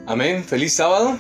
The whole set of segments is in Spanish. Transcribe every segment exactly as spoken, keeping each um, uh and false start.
Amén, feliz sábado,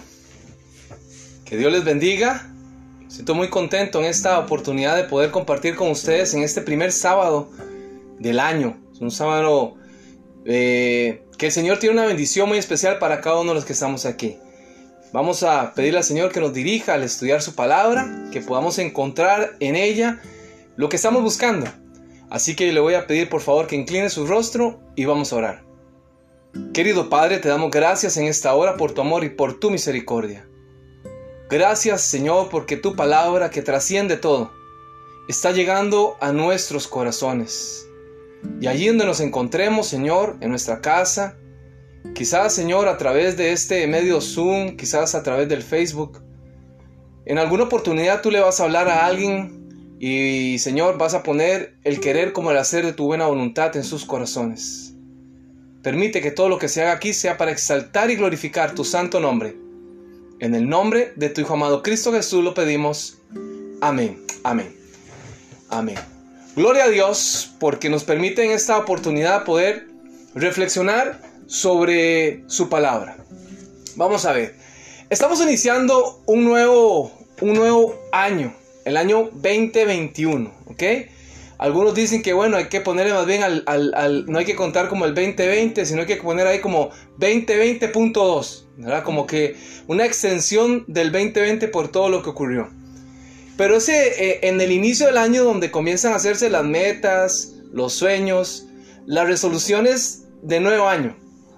que Dios les bendiga. Siento muy contento en esta oportunidad de poder compartir con ustedes en este primer sábado del año. Es un sábado eh, que el Señor tiene una bendición muy especial para cada uno de los que estamos aquí. Vamos a pedirle al Señor que nos dirija al estudiar su palabra, que podamos encontrar en ella lo que estamos buscando. Así que le voy a pedir por favor que incline su rostro y vamos a orar. Querido Padre, te damos gracias en esta hora por tu amor y por tu misericordia. Gracias, Señor, porque tu palabra, que trasciende todo, está llegando a nuestros corazones. Y allí donde nos encontremos, Señor, en nuestra casa, quizás, Señor, a través de este medio Zoom, quizás a través del Facebook, en alguna oportunidad tú le vas a hablar a alguien y, Señor, vas a poner el querer como el hacer de tu buena voluntad en sus corazones. Permite que todo lo que se haga aquí sea para exaltar y glorificar tu santo nombre. En el nombre de tu Hijo amado Cristo Jesús lo pedimos. Amén, amén, amén. Gloria a Dios porque nos permite en esta oportunidad poder reflexionar sobre su palabra. Vamos a ver. Estamos iniciando un nuevo, un nuevo año, el año veinte veintiuno, ¿ok? Algunos dicen que bueno, hay que ponerle más bien al, al, al no hay que contar como el veinte veinte, sino hay que poner ahí como veinte veinte punto dos, ¿verdad? Como que una extensión del veinte veinte por todo lo que ocurrió. Pero ese eh, en el inicio del año donde comienzan a hacerse las metas, los sueños, las resoluciones de nuevo año.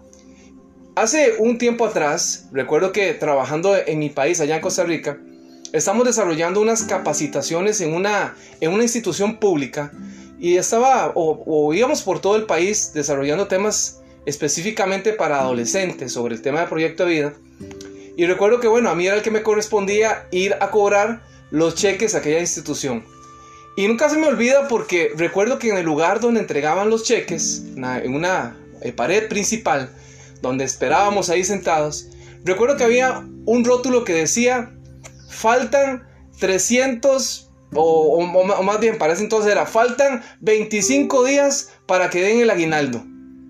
Hace un tiempo atrás, recuerdo que trabajando en mi país, allá en Costa Rica, estamos desarrollando unas capacitaciones en una, en una institución pública y estaba, o, o íbamos por todo el país desarrollando temas específicamente para adolescentes sobre el tema de proyecto de vida. Y recuerdo que bueno, a mí era el que me correspondía ir a cobrar los cheques a aquella institución. Y nunca se me olvida porque recuerdo que en el lugar donde entregaban los cheques, en una pared principal, donde esperábamos ahí sentados, recuerdo que había un rótulo que decía: faltan trescientos, o, o, o más bien, para ese entonces era, faltan veinticinco días para que den el aguinaldo.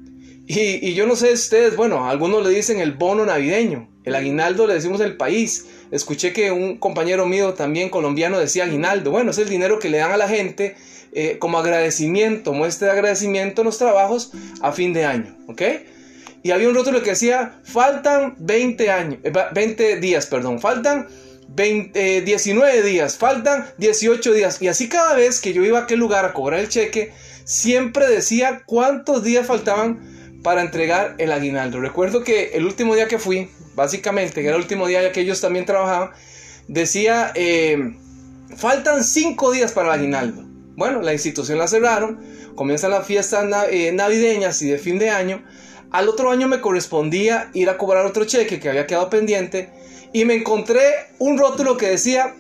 Y, y yo no sé ustedes, bueno, algunos le dicen el bono navideño, el aguinaldo le decimos el país. Escuché que un compañero mío también colombiano decía aguinaldo. Bueno, es el dinero que le dan a la gente eh, como agradecimiento, muestra de agradecimiento en los trabajos a fin de año, ¿ok? Y había un rótulo que decía, faltan veinte años, eh, veinte días, perdón, faltan veinte, eh, diecinueve días, faltan dieciocho días. Y así cada vez que yo iba a aquel lugar a cobrar el cheque, siempre decía cuántos días faltaban para entregar el aguinaldo. Recuerdo que el último día que fui, básicamente, que era el último día ya que ellos también trabajaban, decía, eh, faltan cinco días para el aguinaldo. Bueno, la institución la cerraron, comienzan las fiestas eh, navideñas y de fin de año. Al otro año me correspondía ir a cobrar otro cheque que había quedado pendiente y me encontré un rótulo que decía,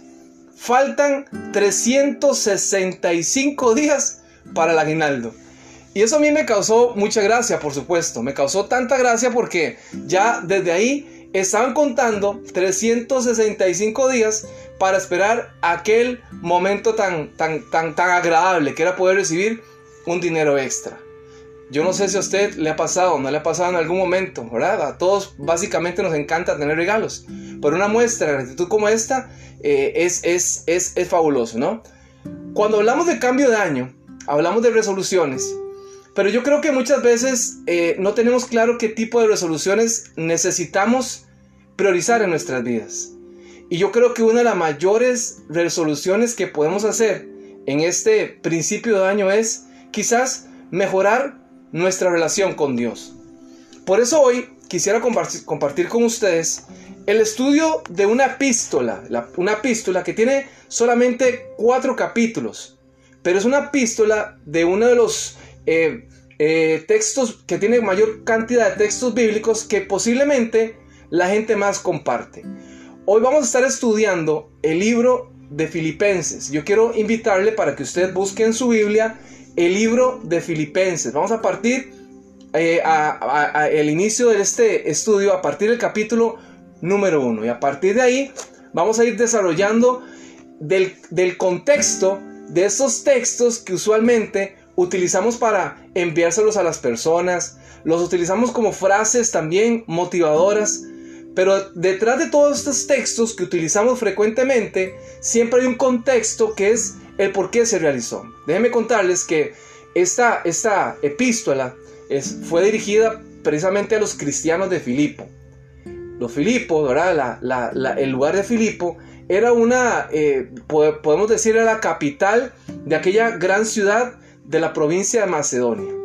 faltan trescientos sesenta y cinco días para el aguinaldo. Y eso a mí me causó mucha gracia, por supuesto. Me causó tanta gracia porque ya desde ahí estaban contando trescientos sesenta y cinco días para esperar aquel momento tan, tan, tan, tan agradable que era poder recibir un dinero extra. Yo no sé si a usted le ha pasado o no le ha pasado en algún momento, ¿verdad? A todos básicamente nos encanta tener regalos. Pero una muestra de gratitud como esta eh, es, es, es, es fabuloso, ¿no? Cuando hablamos de cambio de año, hablamos de resoluciones. Pero yo creo que muchas veces eh, no tenemos claro qué tipo de resoluciones necesitamos priorizar en nuestras vidas. Y yo creo que una de las mayores resoluciones que podemos hacer en este principio de año es quizás mejorar nuestra relación con Dios. Por eso hoy quisiera compartir, compartir con ustedes el estudio de una epístola, la, una epístola que tiene solamente cuatro capítulos, pero es una epístola de uno de los Eh, eh, textos que tiene mayor cantidad de textos bíblicos que posiblemente la gente más comparte. Hoy vamos a estar estudiando el libro de Filipenses. Yo quiero invitarle para que usted busque en su Biblia el libro de Filipenses. Vamos a partir eh, a, a, a el inicio de este estudio a partir del capítulo número uno y a partir de ahí vamos a ir desarrollando del, del contexto de esos textos que usualmente utilizamos para enviárselos a las personas, los utilizamos como frases también motivadoras, Pero detrás de todos estos textos que utilizamos frecuentemente, siempre hay un contexto que es el por qué se realizó. Déjenme contarles que esta, esta epístola es, fue dirigida precisamente a los cristianos de Filipo. Los Filipos, ¿verdad? La, la, la, el lugar de Filipo era una, eh, podemos decir, era la capital de aquella gran ciudad de la provincia de Macedonia, ¿ok?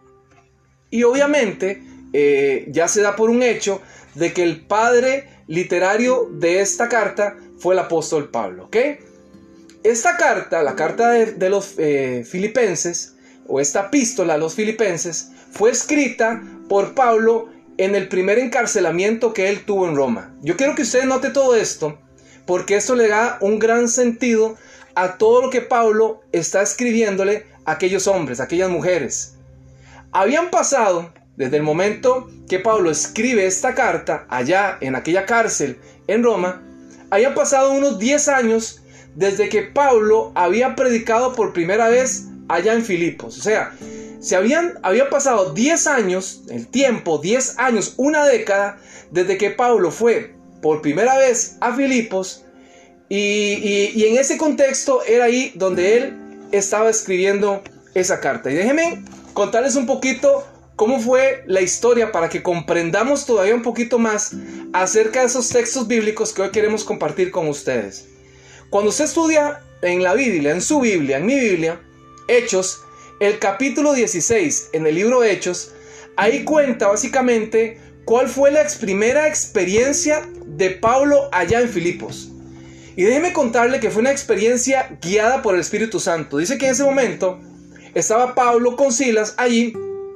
Y obviamente eh, ya se da por un hecho de que el padre literario de esta carta fue el apóstol Pablo, ¿ok? Esta carta, la carta de, de los eh, filipenses, o esta epístola a los filipenses, fue escrita por Pablo en el primer encarcelamiento que él tuvo en Roma. Yo quiero que usted note todo esto, porque esto le da un gran sentido a todo lo que Pablo está escribiéndole a aquellos hombres, a aquellas mujeres. Habían pasado, desde el momento que Pablo escribe esta carta, allá en aquella cárcel en Roma, habían pasado unos diez años desde que Pablo había predicado por primera vez allá en Filipos. O sea, se habían, había pasado diez años, el tiempo, diez años, una década, desde que Pablo fue por primera vez a Filipos, y, y, y en ese contexto era ahí donde él estaba escribiendo esa carta. Y déjenme contarles un poquito cómo fue la historia para que comprendamos todavía un poquito más acerca de esos textos bíblicos que hoy queremos compartir con ustedes. Cuando usted estudia en la Biblia, en su Biblia, en mi Biblia, Hechos, el capítulo dieciséis, en el libro Hechos, ahí cuenta básicamente cuál fue la ex primera experiencia de Pablo allá en Filipos. Y déjeme contarle que fue una experiencia guiada por el Espíritu Santo. Dice que en ese momento estaba Pablo con Silas allí,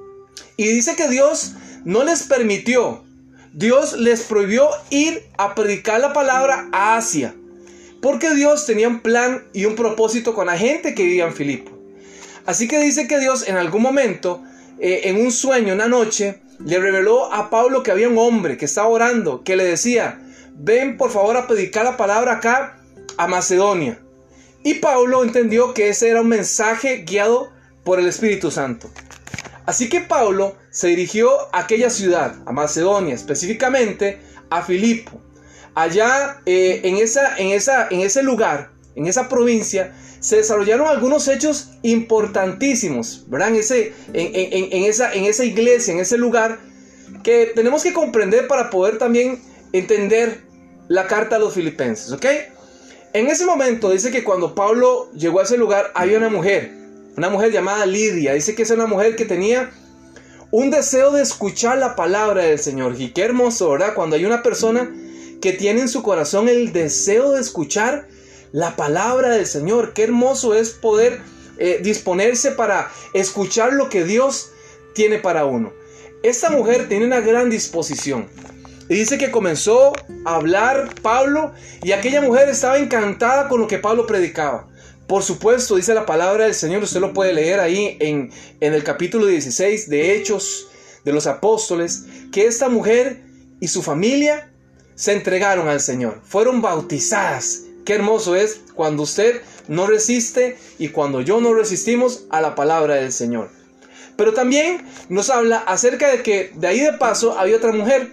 y dice que Dios no les permitió, Dios les prohibió ir a predicar la palabra a Asia, porque Dios tenía un plan y un propósito con la gente que vivía en Filipo. Así que dice que Dios en algún momento, eh, en un sueño, una noche, le reveló a Pablo que había un hombre que estaba orando, que le decía: ven por favor a predicar la palabra acá a Macedonia. Y Pablo entendió que ese era un mensaje guiado por el Espíritu Santo. Así que Pablo se dirigió a aquella ciudad, a Macedonia, específicamente a Filipo. Allá eh, en, esa, en, esa, en ese lugar, en esa provincia, se desarrollaron algunos hechos importantísimos, ¿verdad? En, ese, en, en, en, esa, en esa iglesia, en ese lugar, que tenemos que comprender para poder también entender la carta a los filipenses, ¿ok? En ese momento dice que cuando Pablo llegó a ese lugar había una mujer, una mujer llamada Lidia. Dice que es una mujer que tenía un deseo de escuchar la palabra del Señor. Y qué hermoso, ¿verdad? Cuando hay una persona que tiene en su corazón el deseo de escuchar la palabra del Señor. Qué hermoso es poder eh, disponerse para escuchar lo que Dios tiene para uno. Esta mujer tiene una gran disposición. Y dice que comenzó a hablar Pablo, y aquella mujer estaba encantada con lo que Pablo predicaba. Por supuesto, dice la palabra del Señor, usted lo puede leer ahí en, en el capítulo dieciséis de Hechos de los Apóstoles, que esta mujer y su familia se entregaron al Señor, fueron bautizadas. Qué hermoso es cuando usted no resiste y cuando yo no resistimos a la palabra del Señor. Pero también nos habla acerca de que de ahí de paso había otra mujer.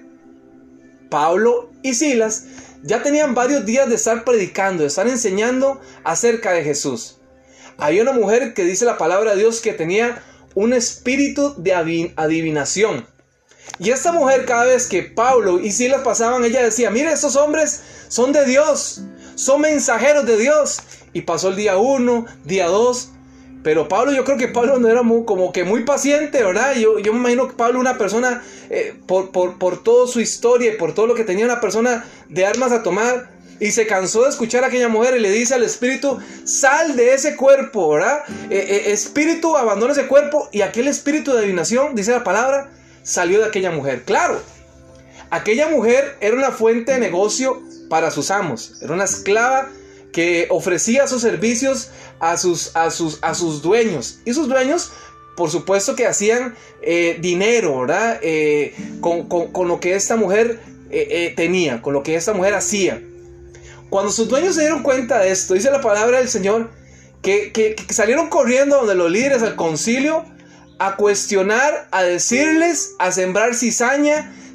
Pablo y Silas ya tenían varios días de estar predicando, de estar enseñando acerca de Jesús. Había una mujer que dice la palabra de Dios que tenía un espíritu de adivinación. Y esta mujer, cada vez que Pablo y Silas pasaban, ella decía: mire, estos hombres son de Dios, son mensajeros de Dios. Y pasó el día uno, día dos. Pero Pablo, yo creo que Pablo no era muy, como que muy paciente, ¿verdad? Yo, yo me imagino que Pablo, una persona, eh, por, por, por toda su historia y por todo lo que tenía, una persona de armas a tomar, y se cansó de escuchar a aquella mujer y le dice al espíritu: sal de ese cuerpo, ¿verdad? Eh, eh, espíritu, abandona ese cuerpo. Y aquel espíritu de adivinación, dice la palabra, salió de aquella mujer. Claro, aquella mujer era una fuente de negocio para sus amos, era una esclava que ofrecía sus servicios a sus, a sus, a sus dueños. Y sus dueños, por supuesto que hacían eh, dinero, ¿verdad? Eh, con, con, con lo que esta mujer eh, eh, tenía, con lo que esta mujer hacía. Cuando sus dueños se dieron cuenta de esto, dice la palabra del Señor, que, que, que salieron corriendo donde los líderes al concilio a cuestionar, a decirles, a sembrar cizaña,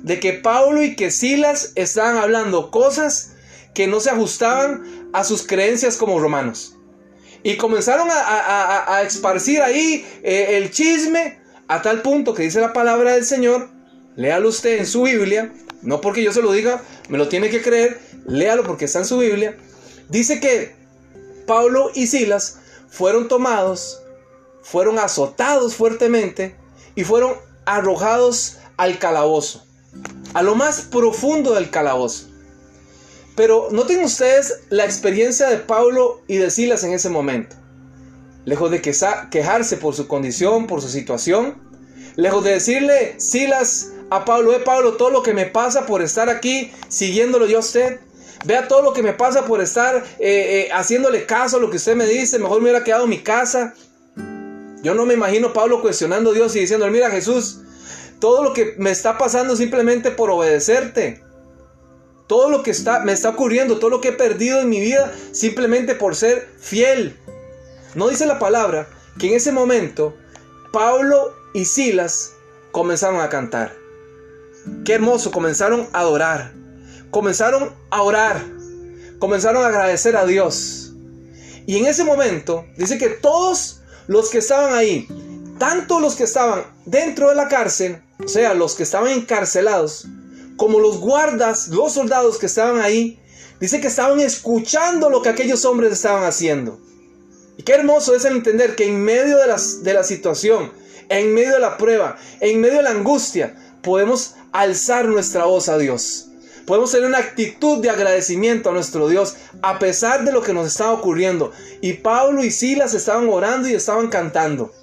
de que Pablo y que Silas estaban hablando cosas que no se ajustaban a sus creencias como romanos. Y comenzaron a, a, a, a esparcir ahí eh, el chisme a tal punto que dice la palabra del Señor. Léalo usted en su Biblia, no porque yo se lo diga, me lo tiene que creer, léalo porque está en su Biblia. Dice que Pablo y Silas fueron tomados, fueron azotados fuertemente y fueron arrojados al calabozo, a lo más profundo del calabozo. Pero noten ustedes la experiencia de Pablo y de Silas en ese momento. Lejos de quejarse por su condición, por su situación, lejos de decirle Silas a Pablo: eh Pablo, todo lo que me pasa por estar aquí siguiéndolo yo a usted, vea todo lo que me pasa por estar eh, eh, haciéndole caso a lo que usted me dice, mejor me hubiera quedado en mi casa. Yo no me imagino Pablo cuestionando a Dios y diciendo: mira Jesús, todo lo que me está pasando simplemente por obedecerte. Todo lo que está, me está ocurriendo, todo lo que he perdido en mi vida simplemente por ser fiel. No dice la palabra que en ese momento Pablo y Silas comenzaron a cantar. Qué hermoso, comenzaron a adorar, comenzaron a orar, comenzaron a agradecer a Dios. Y en ese momento dice que todos los que estaban ahí, tanto los que estaban dentro de la cárcel, o sea, los que estaban encarcelados, como los guardas, los soldados que estaban ahí, dice que estaban escuchando lo que aquellos hombres estaban haciendo. Y qué hermoso es el entender que en medio de, las, de la situación, en medio de la prueba, en medio de la angustia, podemos alzar nuestra voz a Dios. Podemos tener una actitud de agradecimiento a nuestro Dios a pesar de lo que nos estaba ocurriendo. Y Pablo y Silas estaban orando y estaban cantando.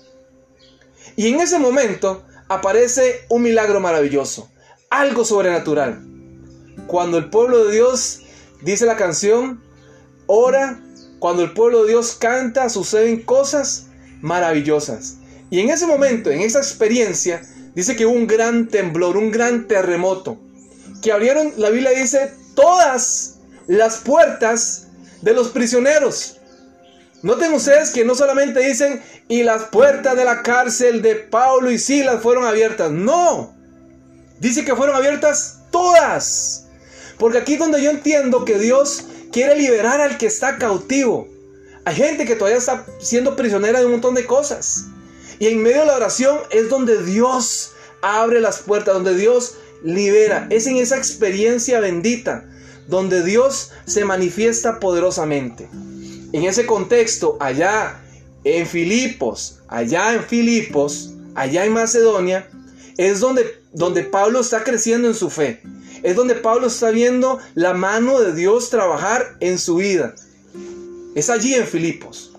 Y en ese momento aparece un milagro maravilloso. Algo sobrenatural. Cuando el pueblo de Dios, dice la canción, ora, cuando el pueblo de Dios canta, suceden cosas maravillosas. Y en ese momento, en esa experiencia, dice que hubo un gran temblor, un gran terremoto, que abrieron, la Biblia dice, todas las puertas de los prisioneros. Noten ustedes que no solamente dicen, y las puertas de la cárcel de Pablo y Silas fueron abiertas. No. Dice que fueron abiertas todas. Porque aquí es donde yo entiendo que Dios quiere liberar al que está cautivo. Hay gente que todavía está siendo prisionera de un montón de cosas. Y en medio de la oración es donde Dios abre las puertas, donde Dios libera. Es en esa experiencia bendita donde Dios se manifiesta poderosamente. En ese contexto, allá en Filipos, allá en Filipos, allá en Macedonia, es donde, donde Pablo está creciendo en su fe. Es donde Pablo está viendo la mano de Dios trabajar en su vida. Es allí en Filipos.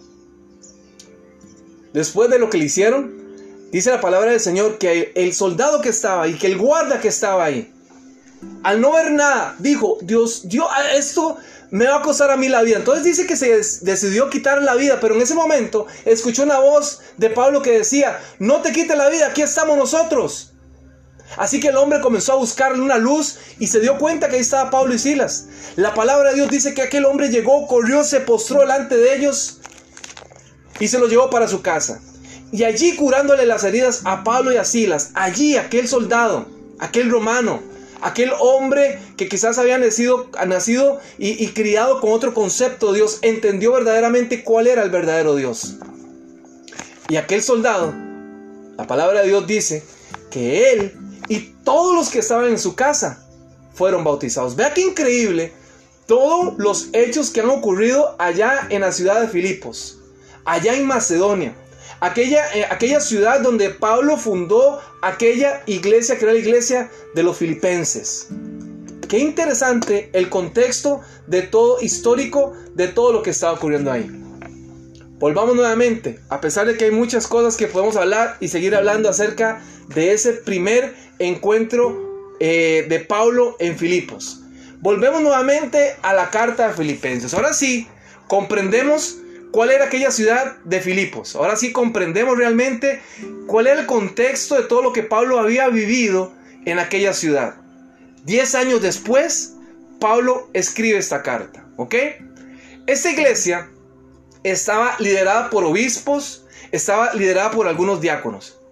Después de lo que le hicieron, dice la palabra del Señor que el soldado que estaba ahí, que el guarda que estaba ahí, al no ver nada, dijo: Dios, Dios, esto me va a costar a mí la vida. Entonces dice que se decidió quitar la vida, pero en ese momento escuchó una voz de Pablo que decía: no te quites la vida, aquí estamos nosotros. Así que el hombre comenzó a buscarle una luz y se dio cuenta que ahí estaba Pablo y Silas. La palabra de Dios dice que aquel hombre llegó, corrió, se postró delante de ellos y se los llevó para su casa. Y allí, curándole las heridas a Pablo y a Silas, allí aquel soldado, aquel romano, aquel hombre que quizás había nacido, nacido y, y criado con otro concepto de Dios, entendió verdaderamente cuál era el verdadero Dios. Y aquel soldado, la palabra de Dios dice que él y todos los que estaban en su casa fueron bautizados. Vea qué increíble todos los hechos que han ocurrido allá en la ciudad de Filipos, allá en Macedonia, aquella, eh, aquella ciudad donde Pablo fundó aquella iglesia que era la iglesia de los filipenses. Qué interesante el contexto de todo histórico de todo lo que estaba ocurriendo ahí. Volvamos nuevamente, a pesar de que hay muchas cosas que podemos hablar y seguir hablando acerca de ese primer encuentro eh, de Pablo en Filipos. Volvemos nuevamente a la carta de Filipenses. Ahora sí, comprendemos cuál era aquella ciudad de Filipos. Ahora sí comprendemos realmente cuál era el contexto de todo lo que Pablo había vivido en aquella ciudad. Diez años después, Pablo escribe esta carta, ¿ok? Esta iglesia estaba liderada por obispos, estaba liderada por algunos diáconos.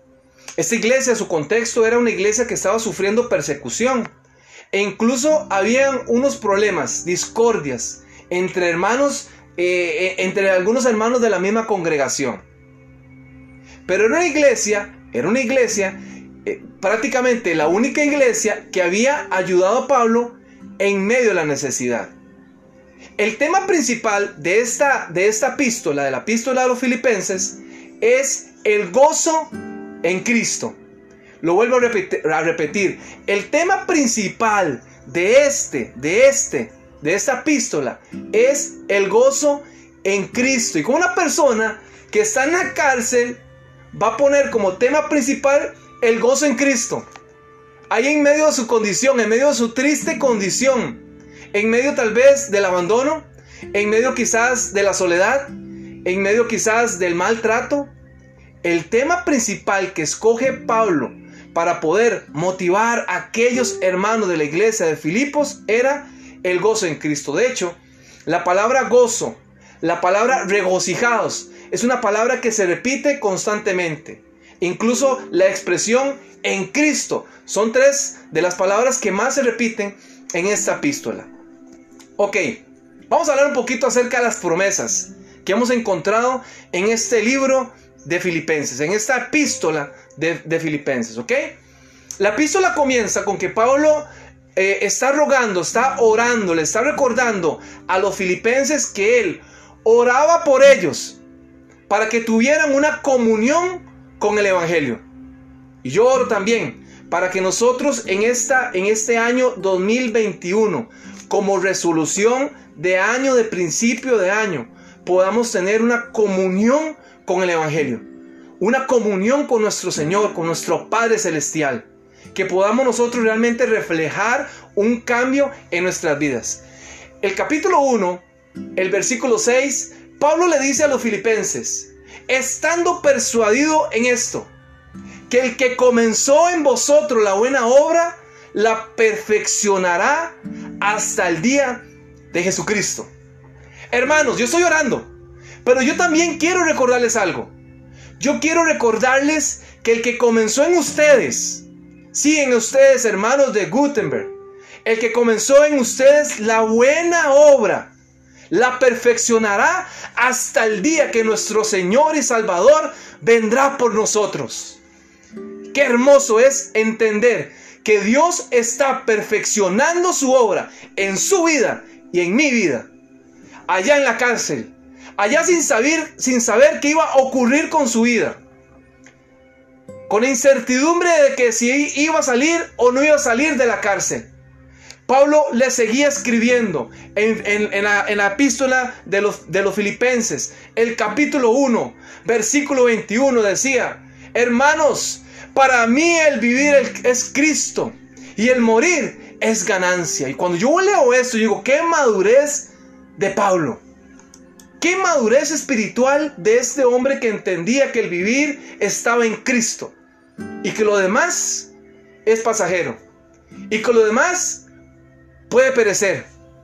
Esta iglesia, su contexto era una iglesia que estaba sufriendo persecución. E incluso habían unos problemas, discordias, entre hermanos, eh, entre algunos hermanos de la misma congregación. Pero era una iglesia, era una iglesia, eh, prácticamente la única iglesia que había ayudado a Pablo en medio de la necesidad. El tema principal de esta, de esta epístola, de la epístola a los Filipenses, es el gozo en Cristo. Lo vuelvo a repetir, a repetir. El tema principal de este, de este, de esta epístola es el gozo en Cristo. Y como una persona que está en la cárcel va a poner como tema principal el gozo en Cristo. Ahí en medio de su condición, en medio de su triste condición, en medio tal vez del abandono, en medio quizás de la soledad, en medio quizás del maltrato, el tema principal que escoge Pablo para poder motivar a aquellos hermanos de la iglesia de Filipos era el gozo en Cristo. De hecho, la palabra gozo, la palabra regocijados, es una palabra que se repite constantemente. Incluso la expresión en Cristo son tres de las palabras que más se repiten en esta epístola. Ok, vamos a hablar un poquito acerca de las promesas que hemos encontrado en este libro de Filipenses, en esta epístola de, de Filipenses, ¿ok? La epístola comienza con que Pablo eh, está rogando, está orando, le está recordando a los filipenses que él oraba por ellos para que tuvieran una comunión con el Evangelio. Y yo oro también para que nosotros en, esta, en este año dos mil veintiuno, como resolución de año, de principio de año, podamos tener una comunión con el Evangelio, una comunión con nuestro Señor, con nuestro Padre Celestial, que podamos nosotros realmente reflejar un cambio en nuestras vidas. El capítulo uno, el versículo seis, Pablo le dice a los filipenses: estando persuadido en esto, que el que comenzó en vosotros la buena obra, la perfeccionará hasta el día de Jesucristo. Hermanos, yo estoy orando, pero yo también quiero recordarles algo. Yo quiero recordarles que el que comenzó en ustedes, sí, en ustedes, hermanos de Gutenberg, el que comenzó en ustedes la buena obra, la perfeccionará hasta el día que nuestro Señor y Salvador vendrá por nosotros. Qué hermoso es entender que Dios está perfeccionando su obra en su vida y en mi vida. Allá en la cárcel, allá sin saber, sin saber qué iba a ocurrir con su vida, con la incertidumbre de que si iba a salir o no iba a salir de la cárcel, Pablo le seguía escribiendo en, en, en, la, en la epístola de los, de los Filipenses, el capítulo uno, versículo veintiuno, decía: hermanos, para mí el vivir es Cristo y el morir es ganancia. Y cuando yo leo esto, yo digo: qué madurez de Pablo, qué madurez espiritual de este hombre que entendía que el vivir estaba en Cristo y que lo demás es pasajero y que lo demás puede perecer.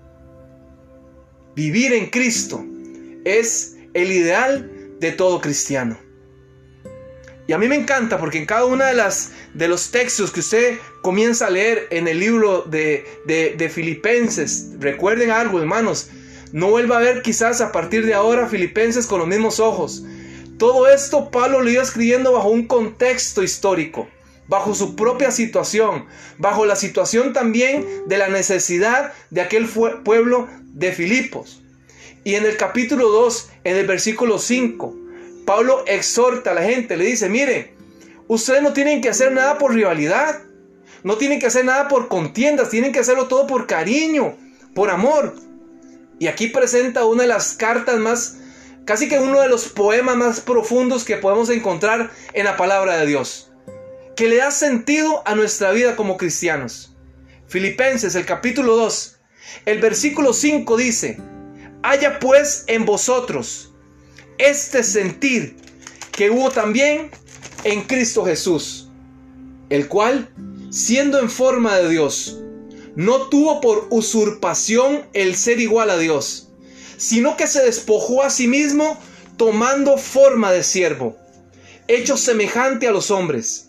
Vivir en Cristo es el ideal de todo cristiano. Y a mí me encanta porque en cada uno de, las, de los textos que usted comienza a leer en el libro de, de, de Filipenses, recuerden algo, hermanos, no vuelva a ver quizás a partir de ahora Filipenses con los mismos ojos. Todo esto Pablo lo iba escribiendo bajo un contexto histórico, bajo su propia situación, bajo la situación también de la necesidad de aquel pueblo de Filipos. Y en el capítulo dos, en el versículo cinco, Pablo exhorta a la gente, le dice: mire, ustedes no tienen que hacer nada por rivalidad, no tienen que hacer nada por contiendas, tienen que hacerlo todo por cariño, por amor. Y aquí presenta una de las cartas más, casi que uno de los poemas más profundos que podemos encontrar en la palabra de Dios, que le da sentido a nuestra vida como cristianos. Filipenses, el capítulo dos, el versículo cinco dice: haya pues en vosotros este sentir que hubo también en Cristo Jesús, el cual, siendo en forma de Dios, no tuvo por usurpación el ser igual a Dios, sino que se despojó a sí mismo, tomando forma de siervo, hecho semejante a los hombres,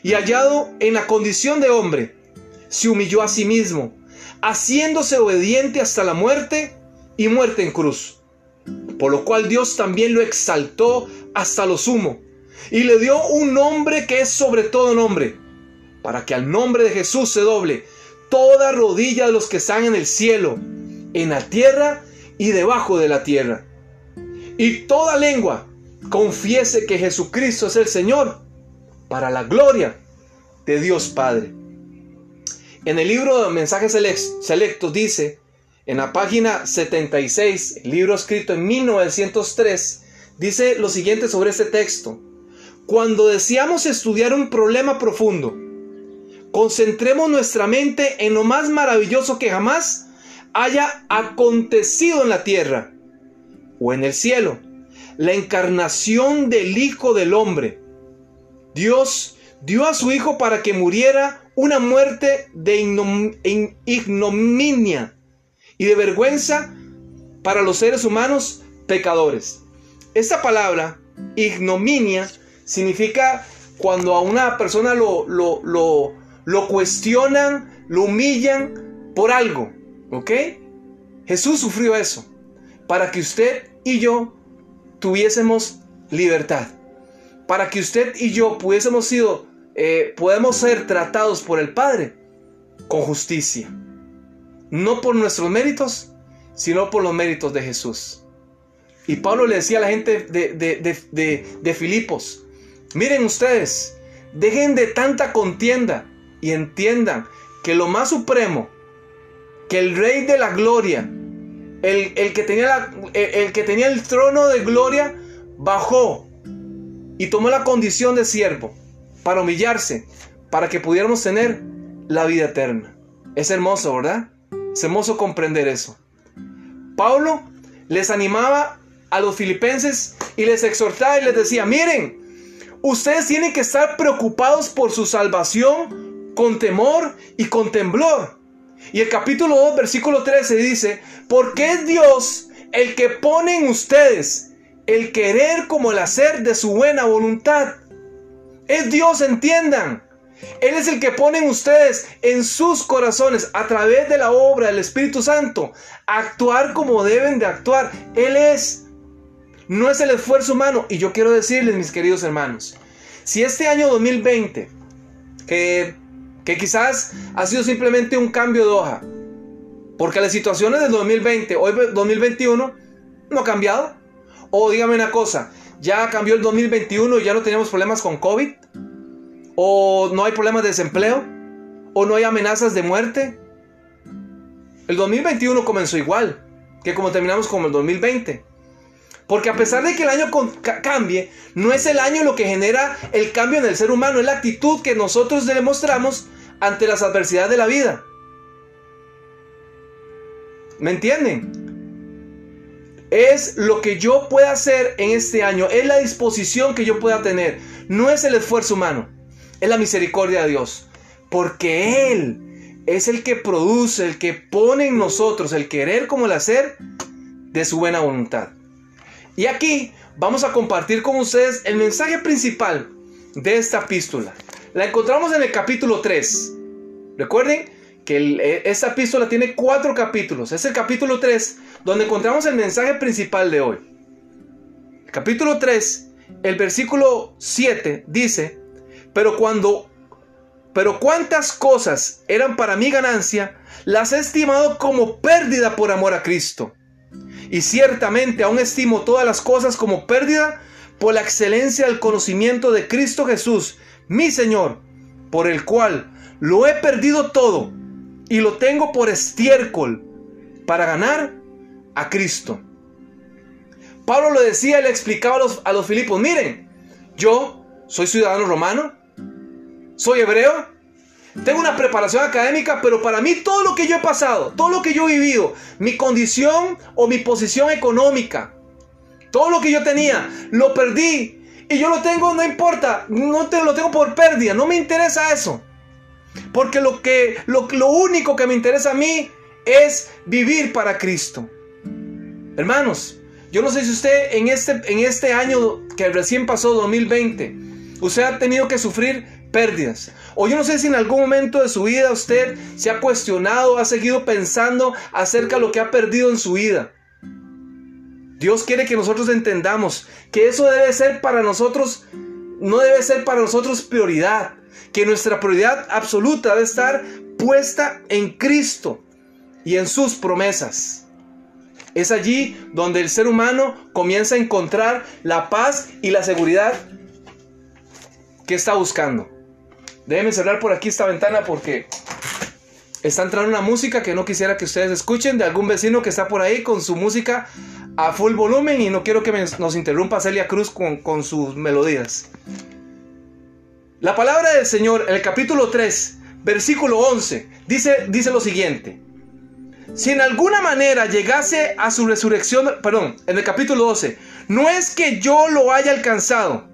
y hallado en la condición de hombre, se humilló a sí mismo, haciéndose obediente hasta la muerte y muerte en cruz. Por lo cual Dios también lo exaltó hasta lo sumo y le dio un nombre que es sobre todo nombre, para que al nombre de Jesús se doble toda rodilla de los que están en el cielo, en la tierra y debajo de la tierra, y toda lengua confiese que Jesucristo es el Señor, para la gloria de Dios Padre. En el libro de Mensajes Selectos dice, en la página setenta y seis, el libro escrito en mil novecientos tres, dice lo siguiente sobre este texto: cuando deseamos estudiar un problema profundo, concentremos nuestra mente en lo más maravilloso que jamás haya acontecido en la tierra o en el cielo, la encarnación del Hijo del Hombre. Dios dio a su Hijo para que muriera una muerte de ignominia y de vergüenza para los seres humanos pecadores. Esta palabra, ignominia, significa cuando a una persona lo, lo, lo, lo cuestionan, lo humillan por algo, ¿ok? Jesús sufrió eso para que usted y yo tuviésemos libertad, para que usted y yo pudiésemos sido, eh, podemos ser tratados por el Padre con justicia, no por nuestros méritos, sino por los méritos de Jesús. Y Pablo le decía a la gente de, de, de, de, de Filipos: miren ustedes, dejen de tanta contienda y entiendan que lo más supremo, que el Rey de la Gloria, el, el, que tenía la, el, el que tenía el trono de gloria, bajó y tomó la condición de siervo para humillarse, para que pudiéramos tener la vida eterna. Es hermoso, ¿verdad? Es hermoso comprender eso. Pablo les animaba a los filipenses y les exhortaba y les decía: miren, ustedes tienen que estar preocupados por su salvación con temor y con temblor. Y el capítulo dos, versículo trece dice: porque es Dios el que pone en ustedes el querer como el hacer de su buena voluntad. Es Dios, entiendan. Él es el que pone en ustedes, en sus corazones, a través de la obra del Espíritu Santo, actuar como deben de actuar. Él es. No es el esfuerzo humano. Y yo quiero decirles, mis queridos hermanos, si este año dos mil veinte, que, que quizás ha sido simplemente un cambio de hoja, porque las situaciones del dos mil veinte, hoy dos mil veintiuno, no ha cambiado. O dígame una cosa, ya cambió el dos mil veintiuno y ya no tenemos problemas con COVID, o no hay problemas de desempleo, o no hay amenazas de muerte. El dos mil veintiuno comenzó igual que como terminamos con el dos mil veinte. Porque a pesar de que el año cambie, no es el año lo que genera el cambio en el ser humano, es la actitud que nosotros demostramos ante las adversidades de la vida. ¿Me entienden? Es lo que yo pueda hacer en este año, es la disposición que yo pueda tener. No es el esfuerzo humano, es la misericordia de Dios. Porque Él es el que produce, el que pone en nosotros el querer como el hacer de su buena voluntad. Y aquí vamos a compartir con ustedes el mensaje principal de esta epístola. La encontramos en el capítulo tres. Recuerden que el, esta epístola tiene cuatro capítulos. Es el capítulo tres donde encontramos el mensaje principal de hoy. El capítulo tres, el versículo siete dice: pero cuando pero cuántas cosas eran para mi ganancia, las he estimado como pérdida por amor a Cristo. Y ciertamente aún estimo todas las cosas como pérdida por la excelencia del conocimiento de Cristo Jesús, mi Señor, por el cual lo he perdido todo y lo tengo por estiércol para ganar a Cristo. Pablo lo decía y le explicaba a los, a los Filipos: miren, yo soy ciudadano romano, soy hebreo, tengo una preparación académica, pero para mí todo lo que yo he pasado, todo lo que yo he vivido, mi condición o mi posición económica, todo lo que yo tenía, lo perdí. Y yo lo tengo, no importa, no te, lo tengo por pérdida, no me interesa eso. Porque lo, que, lo, lo único que me interesa a mí es vivir para Cristo. Hermanos, yo no sé si usted en este, en este año que recién pasó, dos mil veinte, usted ha tenido que sufrir pérdidas. O yo no sé si en algún momento de su vida usted se ha cuestionado, ha seguido pensando acerca de lo que ha perdido en su vida. Dios quiere que nosotros entendamos que eso debe ser para nosotros, no debe ser para nosotros prioridad. Que nuestra prioridad absoluta debe estar puesta en Cristo y en sus promesas. Es allí donde el ser humano comienza a encontrar la paz y la seguridad que está buscando. Déjenme cerrar por aquí esta ventana porque está entrando una música que no quisiera que ustedes escuchen, de algún vecino que está por ahí con su música a full volumen, y no quiero que me, nos interrumpa Celia Cruz con, con sus melodías. La palabra del Señor en el capítulo tres, versículo once, dice, dice lo siguiente: si en alguna manera llegase a su resurrección, perdón, en el capítulo doce, no es que yo lo haya alcanzado,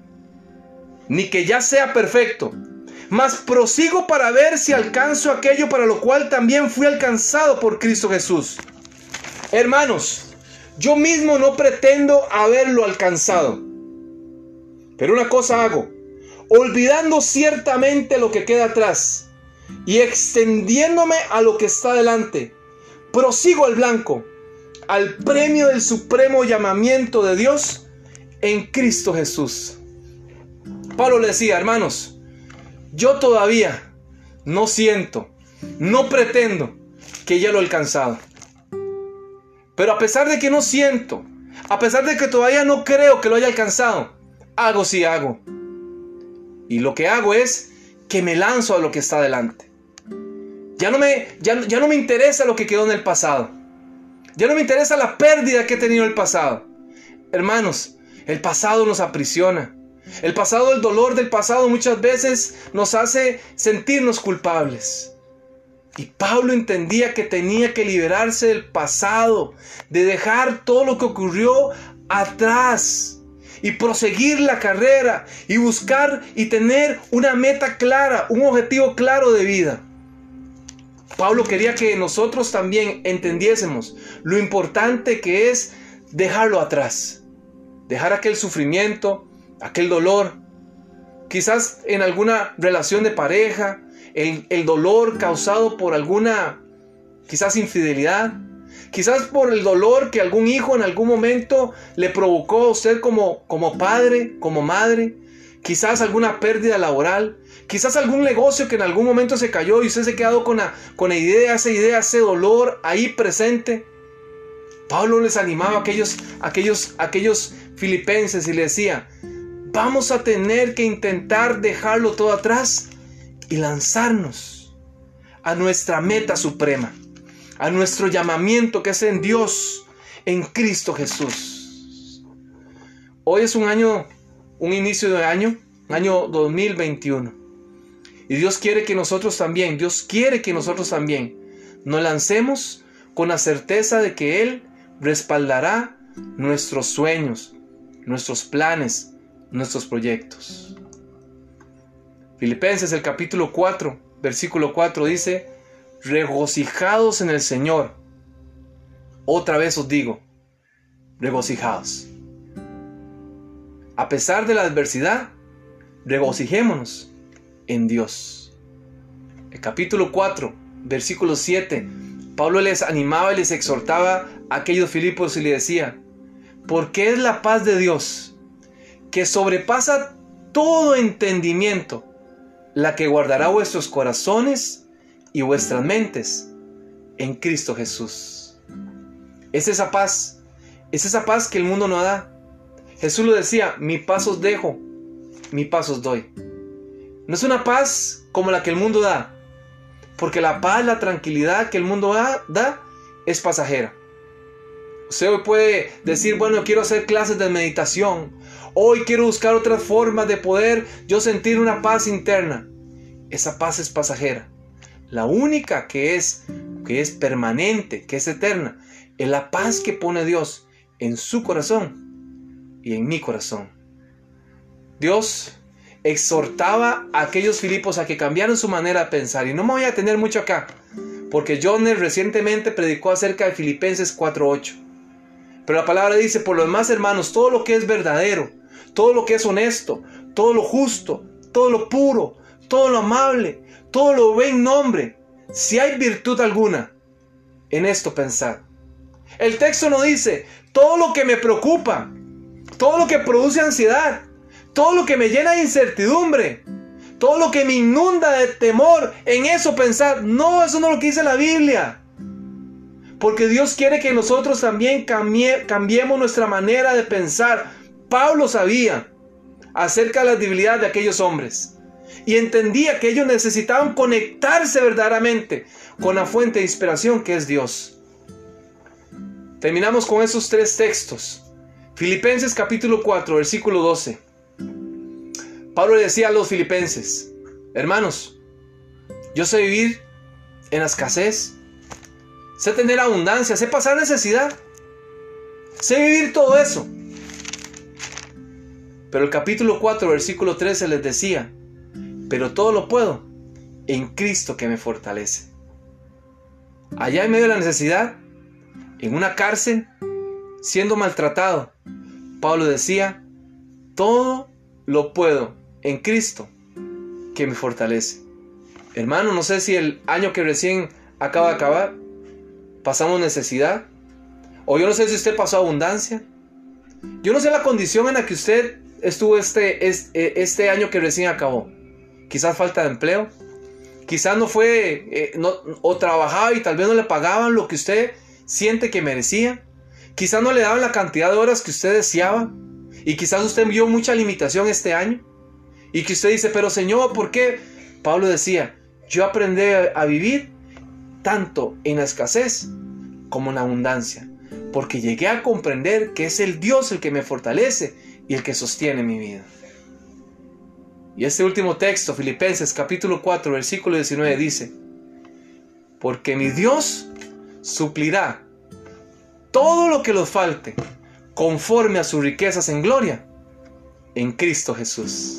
ni que ya sea perfecto, mas prosigo para ver si alcanzo aquello para lo cual también fui alcanzado por Cristo Jesús. Hermanos, yo mismo no pretendo haberlo alcanzado, pero una cosa hago, olvidando ciertamente lo que queda atrás y extendiéndome a lo que está delante, prosigo al blanco, al premio del supremo llamamiento de Dios en Cristo Jesús. Pablo le decía: hermanos, yo todavía no siento, no pretendo que ya lo he alcanzado. Pero a pesar de que no siento, a pesar de que todavía no creo que lo haya alcanzado, hago sí hago. Y lo que hago es que me lanzo a lo que está delante. Ya no me, ya, ya no me interesa lo que quedó en el pasado. Ya no me interesa la pérdida que he tenido en el pasado. Hermanos, el pasado nos aprisiona. El pasado, el dolor del pasado muchas veces nos hace sentirnos culpables. Y Pablo entendía que tenía que liberarse del pasado, de dejar todo lo que ocurrió atrás y proseguir la carrera y buscar y tener una meta clara, un objetivo claro de vida. Pablo quería que nosotros también entendiésemos lo importante que es dejarlo atrás, dejar aquel sufrimiento, aquel dolor, quizás en alguna relación de pareja, el, el dolor causado por alguna, quizás infidelidad, quizás por el dolor que algún hijo en algún momento le provocó a usted como, como padre, como madre, quizás alguna pérdida laboral, quizás algún negocio que en algún momento se cayó y usted se ha quedado con la, con la idea, esa idea, ese dolor ahí presente. Pablo les animaba a aquellos, aquellos, aquellos filipenses y les decía: vamos a tener que intentar dejarlo todo atrás y lanzarnos a nuestra meta suprema, a nuestro llamamiento que es en Dios, en Cristo Jesús. Hoy es un año, un inicio de año, año dos mil veintiuno. Y Dios quiere que nosotros también, Dios quiere que nosotros también nos lancemos con la certeza de que Él respaldará nuestros sueños, nuestros planes, nuestros proyectos. Filipenses el capítulo cuatro, versículo cuatro dice: regocijados en el Señor. Otra vez os digo, regocijados. A pesar de la adversidad, regocijémonos en Dios. El capítulo cuatro, versículo siete, Pablo les animaba y les exhortaba a aquellos Filipos y les decía: porque es la paz de Dios, que sobrepasa todo entendimiento, la que guardará vuestros corazones y vuestras mentes en Cristo Jesús. Es esa paz, es esa paz que el mundo no da. Jesús lo decía: mi paz os dejo, mi paz os doy. No es una paz como la que el mundo da, porque la paz, la tranquilidad que el mundo da, da es pasajera. Usted hoy puede decir: bueno, quiero hacer clases de meditación, hoy quiero buscar otras formas de poder yo sentir una paz interna. Esa paz es pasajera. La única que es, que es permanente, que es eterna, es la paz que pone Dios en su corazón y en mi corazón. Dios exhortaba a aquellos Filipos a que cambiaran su manera de pensar. Y no me voy a tener mucho acá, porque Jones recientemente predicó acerca de Filipenses cuatro ocho. Pero la palabra dice: por lo demás, hermanos, todo lo que es verdadero, todo lo que es honesto, todo lo justo, todo lo puro, todo lo amable, todo lo buen nombre, si hay virtud alguna, en esto pensad. El texto no dice, todo lo que me preocupa, todo lo que produce ansiedad, todo lo que me llena de incertidumbre, todo lo que me inunda de temor, en eso pensad. No, eso no es lo que dice la Biblia. Porque Dios quiere que nosotros también cambie, cambiemos nuestra manera de pensar. Pablo sabía acerca de las debilidades de aquellos hombres y entendía que ellos necesitaban conectarse verdaderamente con la fuente de inspiración que es Dios. Terminamos con esos tres textos. Filipenses capítulo cuatro, versículo doce. Pablo le decía a los filipenses: hermanos, yo sé vivir en la escasez, sé tener abundancia, sé pasar necesidad, sé vivir todo eso. Pero el capítulo cuatro, versículo trece les decía: pero todo lo puedo en Cristo que me fortalece. Allá en medio de la necesidad, en una cárcel, siendo maltratado, Pablo decía: todo lo puedo en Cristo que me fortalece. Hermano, no sé si el año que recién acaba de acabar pasamos necesidad, o yo no sé si usted pasó abundancia. Yo no sé la condición en la que usted estuvo este, este, este año que recién acabó. Quizás falta de empleo, quizás no fue eh, no, o trabajaba y tal vez no le pagaban lo que usted siente que merecía, quizás no le daban la cantidad de horas que usted deseaba, y quizás usted vio mucha limitación este año y que usted dice: pero Señor, ¿por qué? Pablo decía: yo aprendí a vivir tanto en la escasez como en la abundancia, porque llegué a comprender que es el Dios el que me fortalece y el que sostiene mi vida. Y este último texto, Filipenses capítulo cuatro, versículo diecinueve, dice: porque mi Dios suplirá todo lo que los falte conforme a sus riquezas en gloria en Cristo Jesús.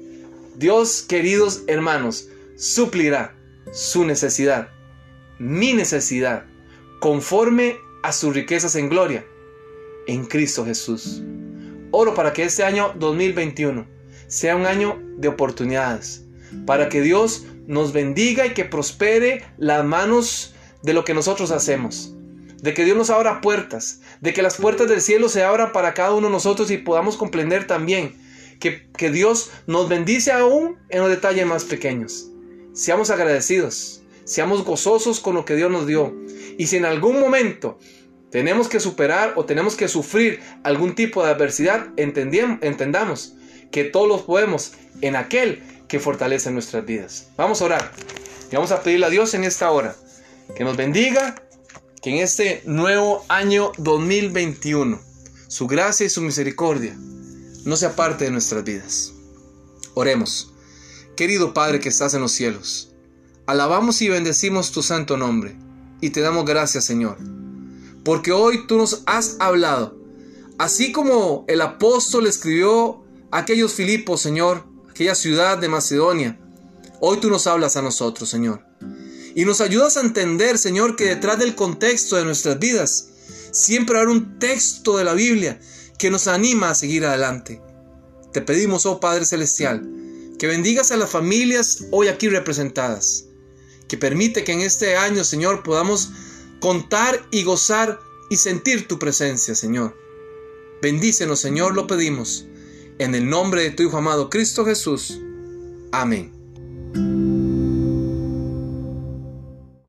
Dios, queridos hermanos, suplirá su necesidad, mi necesidad, conforme a sus riquezas en gloria en Cristo Jesús. Oro para que este año dos mil veintiuno sea un año de oportunidades, para que Dios nos bendiga y que prospere las manos de lo que nosotros hacemos, de que Dios nos abra puertas, de que las puertas del cielo se abran para cada uno de nosotros y podamos comprender también que, que Dios nos bendice aún en los detalles más pequeños. Seamos agradecidos, seamos gozosos con lo que Dios nos dio, y si en algún momento tenemos que superar o tenemos que sufrir algún tipo de adversidad, entendamos que todos los podemos en aquel que fortalece nuestras vidas. Vamos a orar y vamos a pedirle a Dios en esta hora que nos bendiga, que en este nuevo año dos mil veintiuno su gracia y su misericordia no se aparte de nuestras vidas. Oremos. Querido Padre que estás en los cielos, alabamos y bendecimos tu santo nombre y te damos gracias, Señor, porque hoy tú nos has hablado, así como el apóstol escribió a aquellos Filipos, Señor, aquella ciudad de Macedonia. Hoy tú nos hablas a nosotros, Señor, y nos ayudas a entender, Señor, que detrás del contexto de nuestras vidas siempre habrá un texto de la Biblia que nos anima a seguir adelante. Te pedimos, oh Padre Celestial, que bendigas a las familias hoy aquí representadas, que permite que en este año, Señor, podamos contar y gozar y sentir tu presencia, Señor. Bendícenos, Señor, lo pedimos, en el nombre de tu Hijo amado Cristo Jesús. Amén.